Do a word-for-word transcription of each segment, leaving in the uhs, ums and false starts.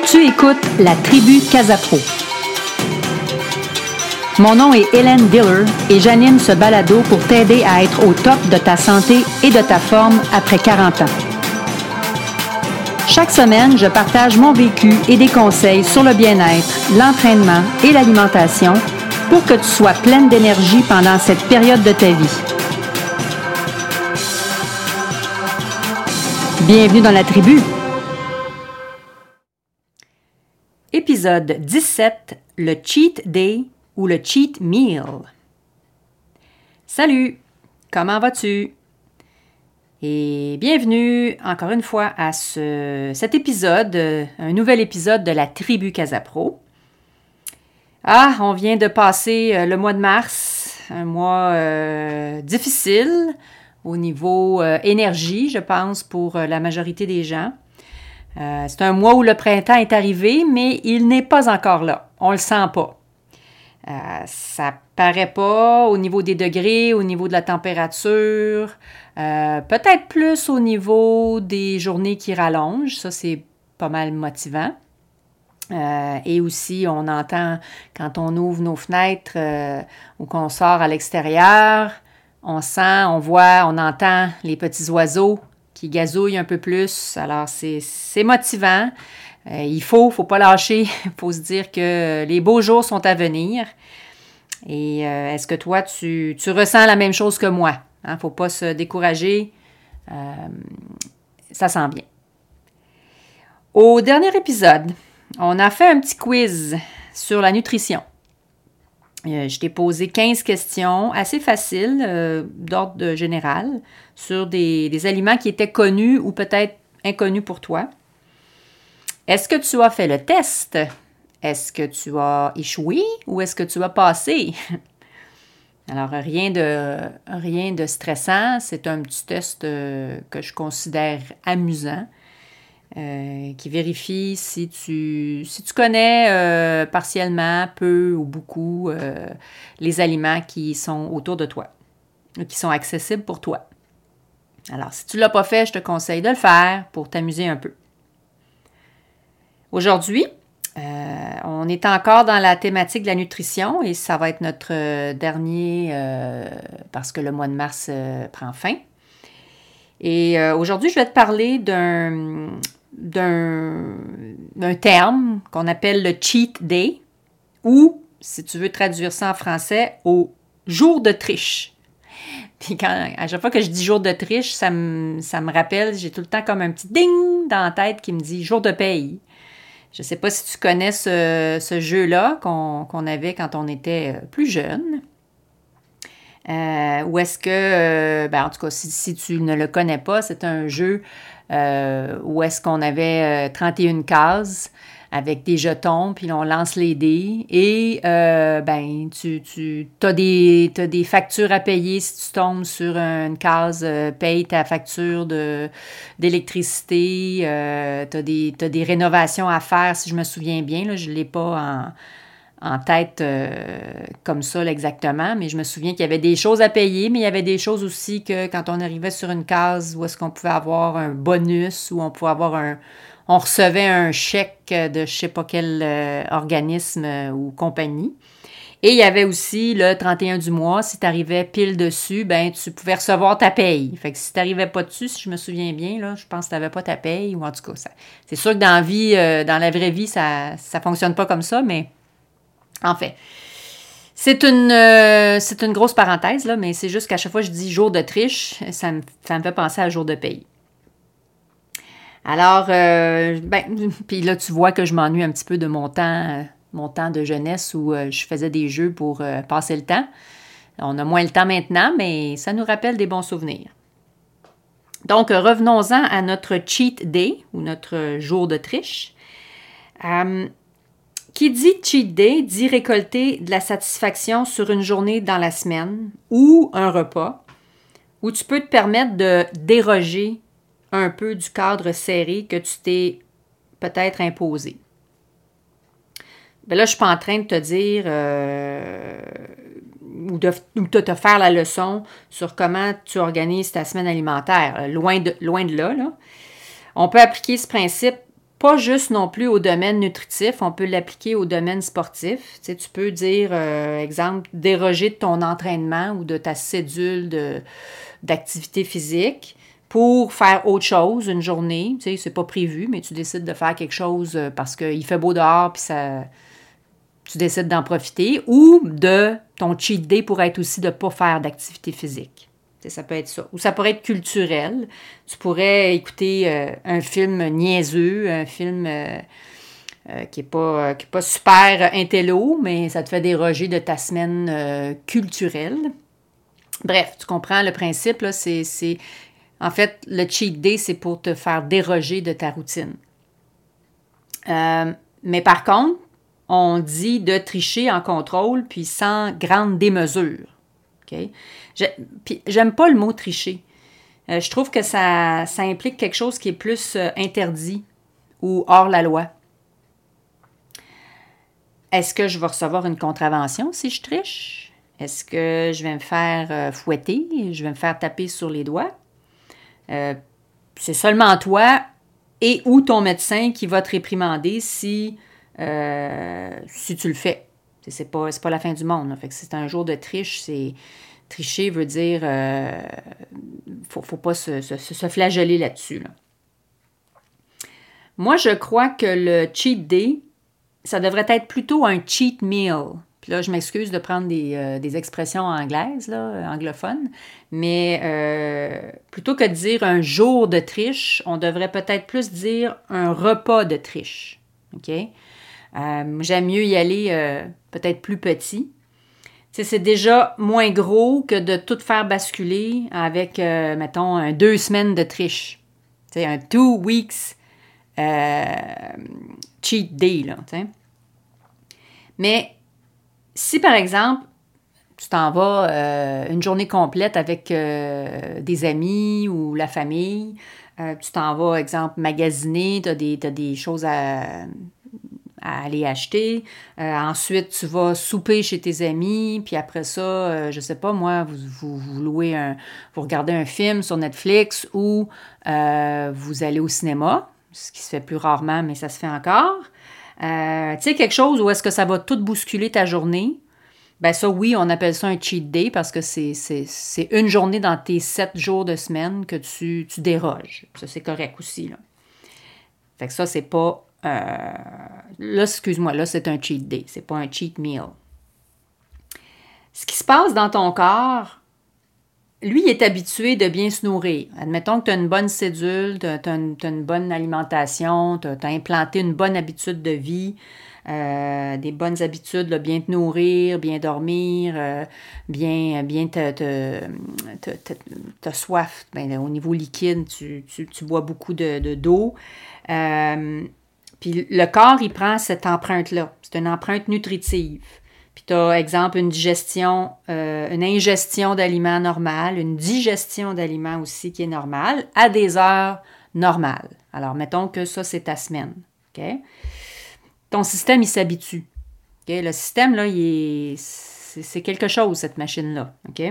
Tu écoutes la tribu Casapro. Mon nom est Hélène Diller et j'anime ce balado pour t'aider à être au top de ta santé et de ta forme après quarante ans. Chaque semaine, je partage mon vécu et des conseils sur le bien-être, l'entraînement et l'alimentation pour que tu sois pleine d'énergie pendant cette période de ta vie. Bienvenue dans la tribu! Épisode dix-sept, le cheat day ou le cheat meal. Salut! Comment vas-tu? Et bienvenue encore une fois à ce, cet épisode, un nouvel épisode de la tribu Casapro. Ah, on vient de passer le mois de mars, un mois euh, difficile au niveau euh, énergie, je pense, pour la majorité des gens. Euh, c'est un mois où le printemps est arrivé, mais il n'est pas encore là. On ne le sent pas. Euh, ça paraît pas au niveau des degrés, au niveau de la température, euh, peut-être plus au niveau des journées qui rallongent. Ça, c'est pas mal motivant. Euh, et aussi, on entend quand on ouvre nos fenêtres euh, ou qu'on sort à l'extérieur, on sent, on voit, on entend les petits oiseaux qui gazouillent un peu plus. Alors, c'est, c'est motivant. Euh, il faut, il ne faut pas lâcher. Il faut se dire que les beaux jours sont à venir. Et euh, est-ce que toi, tu, tu ressens la même chose que moi? Il hein? ne faut pas se décourager. Euh, ça s'en vient. Au dernier épisode, on a fait un petit quiz sur la nutrition. Euh, je t'ai posé quinze questions assez faciles, euh, d'ordre général, sur des, des aliments qui étaient connus ou peut-être inconnus pour toi. Est-ce que tu as fait le test? Est-ce que tu as échoué ou est-ce que tu as passé? Alors, rien de, rien de stressant. C'est un petit test euh, que je considère amusant. Euh, qui vérifie si tu, si tu connais euh, partiellement, peu ou beaucoup, euh, les aliments qui sont autour de toi, qui sont accessibles pour toi. Alors, si tu ne l'as pas fait, je te conseille de le faire pour t'amuser un peu. Aujourd'hui, euh, on est encore dans la thématique de la nutrition et ça va être notre dernier, euh, parce que le mois de mars euh, prend fin. Et euh, aujourd'hui, je vais te parler d'un... D'un, d'un terme qu'on appelle le cheat day ou, si tu veux traduire ça en français, au jour de triche. Puis quand, à chaque fois que je dis jour de triche, ça me, ça me rappelle, j'ai tout le temps comme un petit ding dans la tête qui me dit jour de paye. Je ne sais pas si tu connais ce, ce jeu-là qu'on, qu'on avait quand on était plus jeune. Euh, ou est-ce que, euh, ben en tout cas, si, si tu ne le connais pas, c'est un jeu euh, où est-ce qu'on avait euh, trente et une cases avec des jetons, puis on lance les dés et euh, ben tu, tu as des, t'as des factures à payer si tu tombes sur une case, euh, paye ta facture de, d'électricité, euh, tu as des, t'as des rénovations à faire, si je me souviens bien, là, je ne l'ai pas en... en tête euh, comme ça là, exactement, mais je me souviens qu'il y avait des choses à payer, mais il y avait des choses aussi que quand on arrivait sur une case où est-ce qu'on pouvait avoir un bonus, où on pouvait avoir un... on recevait un chèque de je ne sais pas quel euh, organisme euh, ou compagnie. Et il y avait aussi le trente et un du mois, si tu arrivais pile dessus, ben tu pouvais recevoir ta paye. Fait que si tu n'arrivais pas dessus, si je me souviens bien, là, je pense que tu n'avais pas ta paye, ou en tout cas, ça, c'est sûr que dans la vie, euh, dans la vraie vie, ça ne fonctionne pas comme ça, mais en fait, c'est une, euh, c'est une grosse parenthèse, là, mais c'est juste qu'à chaque fois que je dis jour de triche, ça me, ça me fait penser à jour de paye. Alors, euh, ben, puis là, tu vois que je m'ennuie un petit peu de mon temps, euh, mon temps de jeunesse où euh, je faisais des jeux pour euh, passer le temps. On a moins le temps maintenant, mais ça nous rappelle des bons souvenirs. Donc, revenons-en à notre cheat day, ou notre jour de triche. Euh, Qui dit cheat day dit récolter de la satisfaction sur une journée dans la semaine ou un repas où tu peux te permettre de déroger un peu du cadre serré que tu t'es peut-être imposé. Bien là, je ne suis pas en train de te dire euh, ou de, ou de te faire la leçon sur comment tu organises ta semaine alimentaire. Loin de, loin de là, là. On peut appliquer ce principe pas juste non plus au domaine nutritif, on peut l'appliquer au domaine sportif. Tu sais, tu peux dire, euh, exemple, déroger de ton entraînement ou de ta cédule de, d'activité physique pour faire autre chose une journée. Tu sais, c'est pas prévu, mais tu décides de faire quelque chose parce qu'il fait beau dehors puis ça, tu décides d'en profiter. Ou de ton cheat day pourrait être aussi de ne pas faire d'activité physique. Ça peut être ça. Ou ça pourrait être culturel. Tu pourrais écouter euh, un film niaiseux, un film euh, euh, qui n'est pas, euh, qui est pas super intello, mais ça te fait déroger de ta semaine euh, culturelle. Bref, tu comprends le principe, là, c'est, c'est... En fait, le cheat day, c'est pour te faire déroger de ta routine. Euh, mais par contre, on dit de tricher en contrôle, puis sans grande démesure. Okay? Je, puis, j'aime pas le mot tricher. Euh, je trouve que ça, ça implique quelque chose qui est plus euh, interdit ou hors la loi. Est-ce que je vais recevoir une contravention si je triche? Est-ce que je vais me faire euh, fouetter? Je vais me faire taper sur les doigts? Euh, c'est seulement toi et ou ton médecin qui va te réprimander si, euh, si tu le fais. C'est pas, c'est pas la fin du monde. Là. Fait que c'est un jour de triche. C'est, tricher veut dire... Euh, faut, faut pas se, se, se flageller là-dessus. Là. Moi, je crois que le cheat day, ça devrait être plutôt un cheat meal. Puis là, je m'excuse de prendre des, euh, des expressions anglaises, là, anglophones, mais euh, plutôt que de dire un jour de triche, on devrait peut-être plus dire un repas de triche. OK? Euh, j'aime mieux y aller euh, peut-être plus petit. T'sais, c'est déjà moins gros que de tout faire basculer avec, euh, mettons, un deux semaines de triche. T'sais, un two weeks euh, cheat day, là, t'sais. Mais si, par exemple, tu t'en vas euh, une journée complète avec euh, des amis ou la famille, euh, tu t'en vas, exemple, magasiner, tu as des, t'as des choses à, à aller acheter. Euh, ensuite, tu vas souper chez tes amis, puis après ça, euh, je sais pas, moi, vous, vous, vous louez un... vous regardez un film sur Netflix ou euh, vous allez au cinéma, ce qui se fait plus rarement, mais ça se fait encore. Euh, tu sais, quelque chose où est-ce que ça va tout bousculer ta journée, ben ça, oui, on appelle ça un cheat day parce que c'est, c'est, c'est une journée dans tes sept jours de semaine que tu, tu déroges. Ça, c'est correct aussi, là. Fait que ça, c'est pas... Euh, là, excuse-moi, là, c'est un cheat day. C'est pas un cheat meal. Ce qui se passe dans ton corps, lui, il est habitué de bien se nourrir. Admettons que tu as une bonne cédule, tu as une, t'as une bonne alimentation, tu as implanté une bonne habitude de vie, euh, des bonnes habitudes, là, bien te nourrir, bien dormir, euh, bien, bien te, te, te, te, te soif. Ben, au niveau liquide, tu, tu, tu bois beaucoup de, de, d'eau. Euh, puis le corps, il prend cette empreinte-là. C'est une empreinte nutritive. Puis tu as, exemple, une digestion, euh, une ingestion d'aliments normale, une digestion d'aliments aussi qui est normale, à des heures normales. Alors, mettons que ça, c'est ta semaine. OK? Ton système, il s'habitue. OK? Le système, là, il est, c'est, c'est quelque chose, cette machine-là. OK?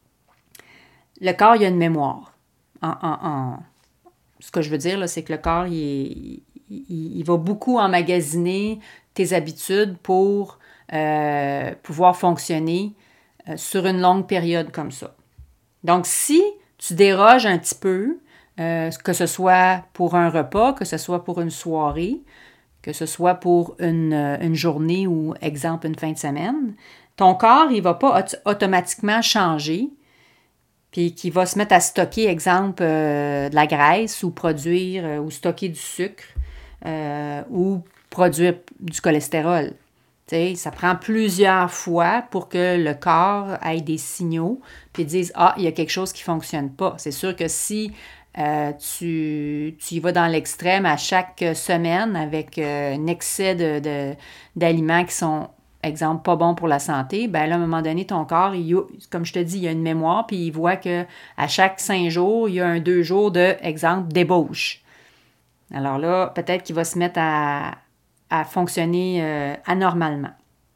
Le corps, il a une mémoire. En, en, en... Ce que je veux dire, là, c'est que le corps, il, est, il, il va beaucoup emmagasiner tes habitudes pour... Euh, pouvoir fonctionner euh, sur une longue période comme ça. Donc, si tu déroges un petit peu, euh, que ce soit pour un repas, que ce soit pour une soirée, que ce soit pour une, une journée ou, exemple, une fin de semaine, ton corps, il ne va pas auto- automatiquement changer, puis qu'il va se mettre à stocker, exemple, euh, de la graisse ou produire euh, ou stocker du sucre euh, ou produire du cholestérol. T'sais, ça prend plusieurs fois pour que le corps ait des signaux puis dise « Ah, il y a quelque chose qui ne fonctionne pas ». C'est sûr que si euh, tu, tu y vas dans l'extrême à chaque semaine avec euh, un excès de, de, d'aliments qui sont, exemple, pas bons pour la santé, bien là, à un moment donné, ton corps, il, comme je te dis, il a une mémoire puis il voit qu'à chaque cinq jours, il y a un deux jours de, exemple, débauche. Alors là, peut-être qu'il va se mettre à... à fonctionner euh, anormalement.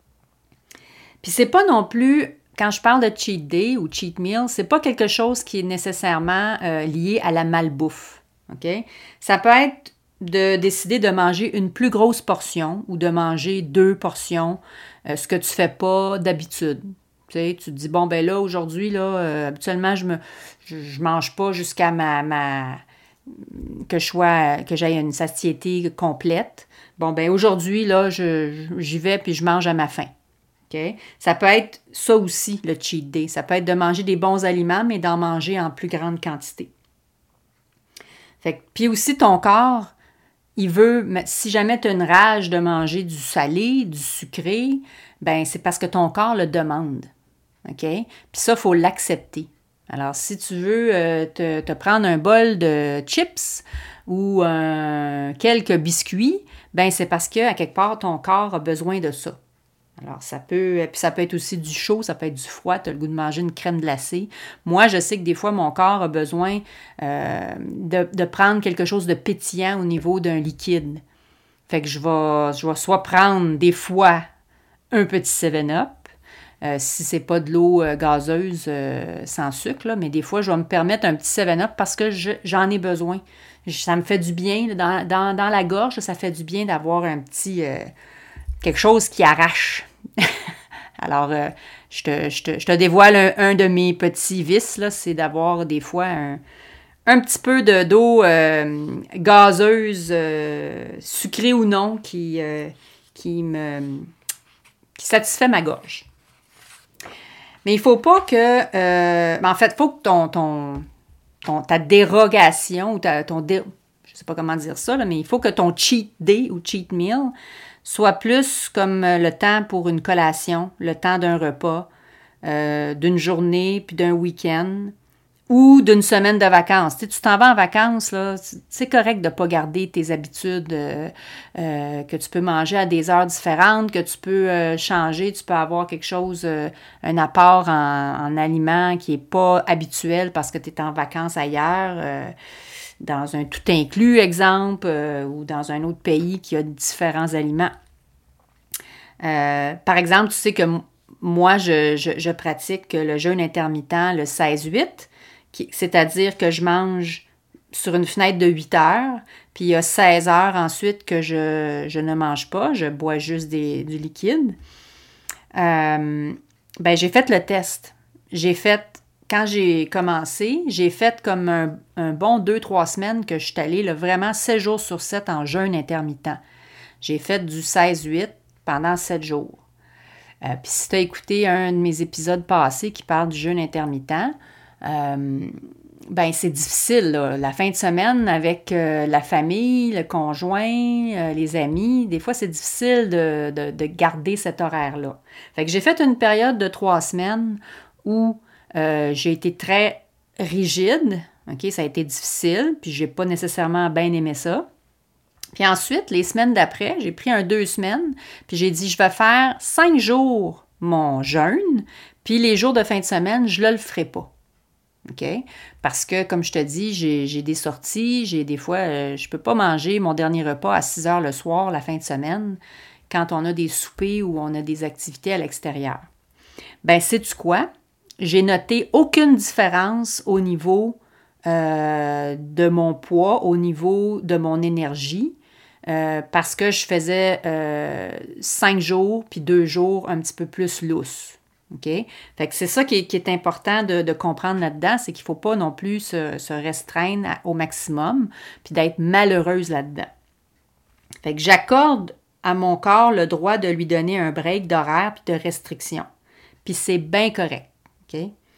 Puis c'est pas non plus, quand je parle de cheat day ou cheat meal, c'est pas quelque chose qui est nécessairement euh, lié à la malbouffe. OK? Ça peut être de décider de manger une plus grosse portion ou de manger deux portions, euh, ce que tu ne fais pas d'habitude. Tu sais, tu te dis, bon, ben là, aujourd'hui, là, euh, habituellement, je me je, je mange pas jusqu'à ma, ma que je sois, que j'aie une satiété complète. Bon, ben aujourd'hui, là, je, j'y vais puis je mange à ma faim. Okay? Ça peut être ça aussi, le cheat day. Ça peut être de manger des bons aliments, mais d'en manger en plus grande quantité. Fait que, puis aussi, ton corps, il veut, si jamais tu as une rage de manger du salé, du sucré, ben c'est parce que ton corps le demande. OK? Puis ça, il faut l'accepter. Alors, si tu veux euh, te, te prendre un bol de chips ou euh, quelques biscuits, ben c'est parce qu'à quelque part, ton corps a besoin de ça. Alors, ça peut, puis ça peut être aussi du chaud, ça peut être du froid, tu as le goût de manger une crème glacée. Moi, je sais que des fois, mon corps a besoin euh, de, de prendre quelque chose de pétillant au niveau d'un liquide. Fait que je vais, je vais soit prendre des fois un petit seven up, euh, si c'est pas de l'eau euh, gazeuse euh, sans sucre, là, mais des fois, je vais me permettre un petit seven up parce que je, j'en ai besoin. Ça me fait du bien, dans, dans, dans la gorge, ça fait du bien d'avoir un petit... Euh, quelque chose qui arrache. Alors, euh, je, te, je, te, je te dévoile un, un de mes petits vices, là, c'est d'avoir des fois un, un petit peu de, d'eau euh, gazeuse, euh, sucrée ou non, qui, euh, qui me qui satisfait ma gorge. Mais il ne faut pas que... Euh, en fait, il faut que ton, ton, ton, ta dérogation, ou ta, ton dé, je ne sais pas comment dire ça, là, mais il faut que ton cheat day ou cheat meal soit plus comme le temps pour une collation, le temps d'un repas, euh, d'une journée, puis d'un week-end, ou d'une semaine de vacances. Tu sais, tu t'en vas en vacances, là, c'est correct de ne pas garder tes habitudes, euh, euh, que tu peux manger à des heures différentes, que tu peux euh, changer, tu peux avoir quelque chose, euh, un apport en, en aliments qui n'est pas habituel parce que tu es en vacances ailleurs, euh, dans un tout inclus, exemple, euh, ou dans un autre pays qui a différents aliments. Euh, par exemple, tu sais que m- moi, je, je, je pratique le jeûne intermittent, le seize huit, qui, c'est-à-dire que je mange sur une fenêtre de huit heures, puis il y a seize heures ensuite que je, je ne mange pas, je bois juste des, du liquide. Euh, ben, j'ai fait le test. J'ai fait... Quand j'ai commencé, j'ai fait comme un, un bon deux trois semaines que je suis allée là, vraiment sept jours sur sept en jeûne intermittent. J'ai fait du seize huit pendant sept jours. Euh, Puis si tu as écouté un de mes épisodes passés qui parle du jeûne intermittent, euh, ben c'est difficile, là. La fin de semaine avec euh, la famille, le conjoint, euh, les amis, des fois c'est difficile de, de, de garder cet horaire-là. Fait que j'ai fait une période de trois semaines où Euh, j'ai été très rigide, ok, ça a été difficile, puis j'ai pas nécessairement bien aimé ça. Puis ensuite, les semaines d'après, j'ai pris un deux semaines, puis j'ai dit, je vais faire cinq jours mon jeûne, puis les jours de fin de semaine, je ne le ferai pas. OK? Parce que, comme je te dis, j'ai, j'ai des sorties, j'ai des fois, euh, je ne peux pas manger mon dernier repas à six heures le soir, la fin de semaine, quand on a des soupers ou on a des activités à l'extérieur. Ben, sais-tu quoi? J'ai noté aucune différence au niveau euh, de mon poids, au niveau de mon énergie, euh, parce que je faisais euh, cinq jours, puis deux jours un petit peu plus lousse. OK? Fait que c'est ça qui est, qui est important de, de comprendre là-dedans, c'est qu'il ne faut pas non plus se, se restreindre à, au maximum, puis d'être malheureuse là-dedans. Fait que j'accorde à mon corps le droit de lui donner un break d'horaire puis de restriction. Puis c'est bien correct. OK?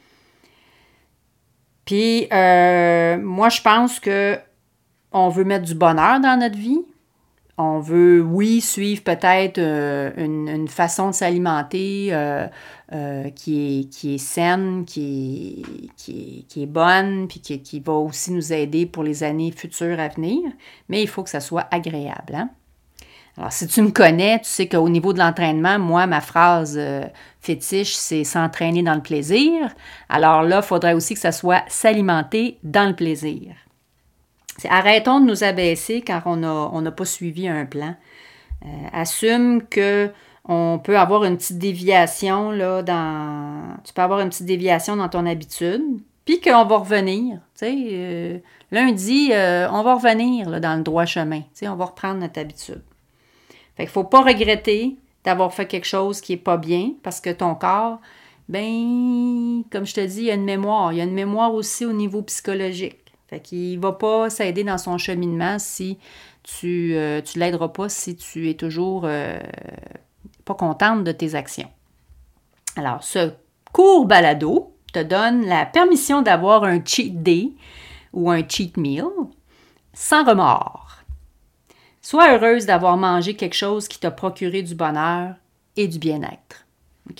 Puis, euh, moi, je pense que on veut mettre du bonheur dans notre vie. On veut, oui, suivre peut-être euh, une, une façon de s'alimenter euh, euh, qui, est, qui est saine, qui est, qui est, qui est bonne, puis qui, qui va aussi nous aider pour les années futures à venir. Mais il faut que ça soit agréable, hein? Alors, si tu me connais, tu sais qu'au niveau de l'entraînement, moi, ma phrase euh, fétiche, c'est s'entraîner dans le plaisir. Alors là, il faudrait aussi que ça soit s'alimenter dans le plaisir. C'est, arrêtons de nous abaisser car on n'a on n'a pas suivi un plan. Euh, assume qu'on peut avoir une petite déviation, là, dans... Tu peux avoir une petite déviation dans ton habitude. puis qu'on va revenir. Tu sais, euh, lundi, euh, on va revenir là, dans le droit chemin. Tu sais, on va reprendre notre habitude. Fait qu'il ne faut pas regretter d'avoir fait quelque chose qui n'est pas bien parce que ton corps, ben, comme je te dis, il y a une mémoire. Il y a une mémoire aussi au niveau psychologique. Fait qu'il ne va pas s'aider dans son cheminement si tu ne euh, l'aideras pas, si tu es toujours euh, pas contente de tes actions. Alors, ce court balado te donne la permission d'avoir un cheat day ou un cheat meal sans remords. Sois heureuse d'avoir mangé quelque chose qui t'a procuré du bonheur et du bien-être. OK?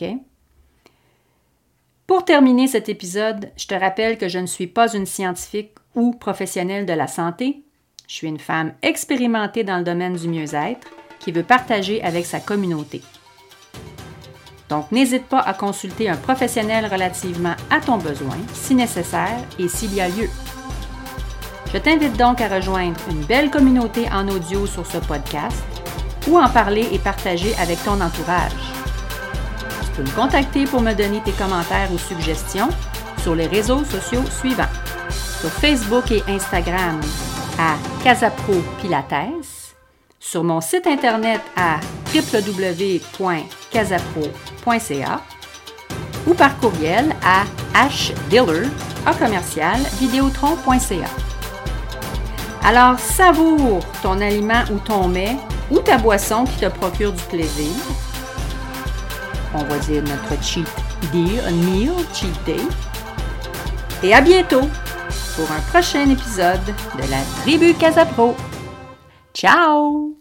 Pour terminer cet épisode, je te rappelle que je ne suis pas une scientifique ou professionnelle de la santé. Je suis une femme expérimentée dans le domaine du mieux-être qui veut partager avec sa communauté. Donc, n'hésite pas à consulter un professionnel relativement à ton besoin, si nécessaire et s'il y a lieu. Je t'invite donc à rejoindre une belle communauté en audio sur ce podcast ou en parler et partager avec ton entourage. Tu peux me contacter pour me donner tes commentaires ou suggestions sur les réseaux sociaux suivants. Sur Facebook et Instagram à Casapro Pilates, sur mon site internet à w w w point casapro point c a ou par courriel à hdiller à commercial vidéotron point c a. Alors, savoure ton aliment ou ton mets ou ta boisson qui te procure du plaisir. On va dire notre cheat day, un meal, cheat day. Et à bientôt pour un prochain épisode de la Tribu Casapro. Ciao!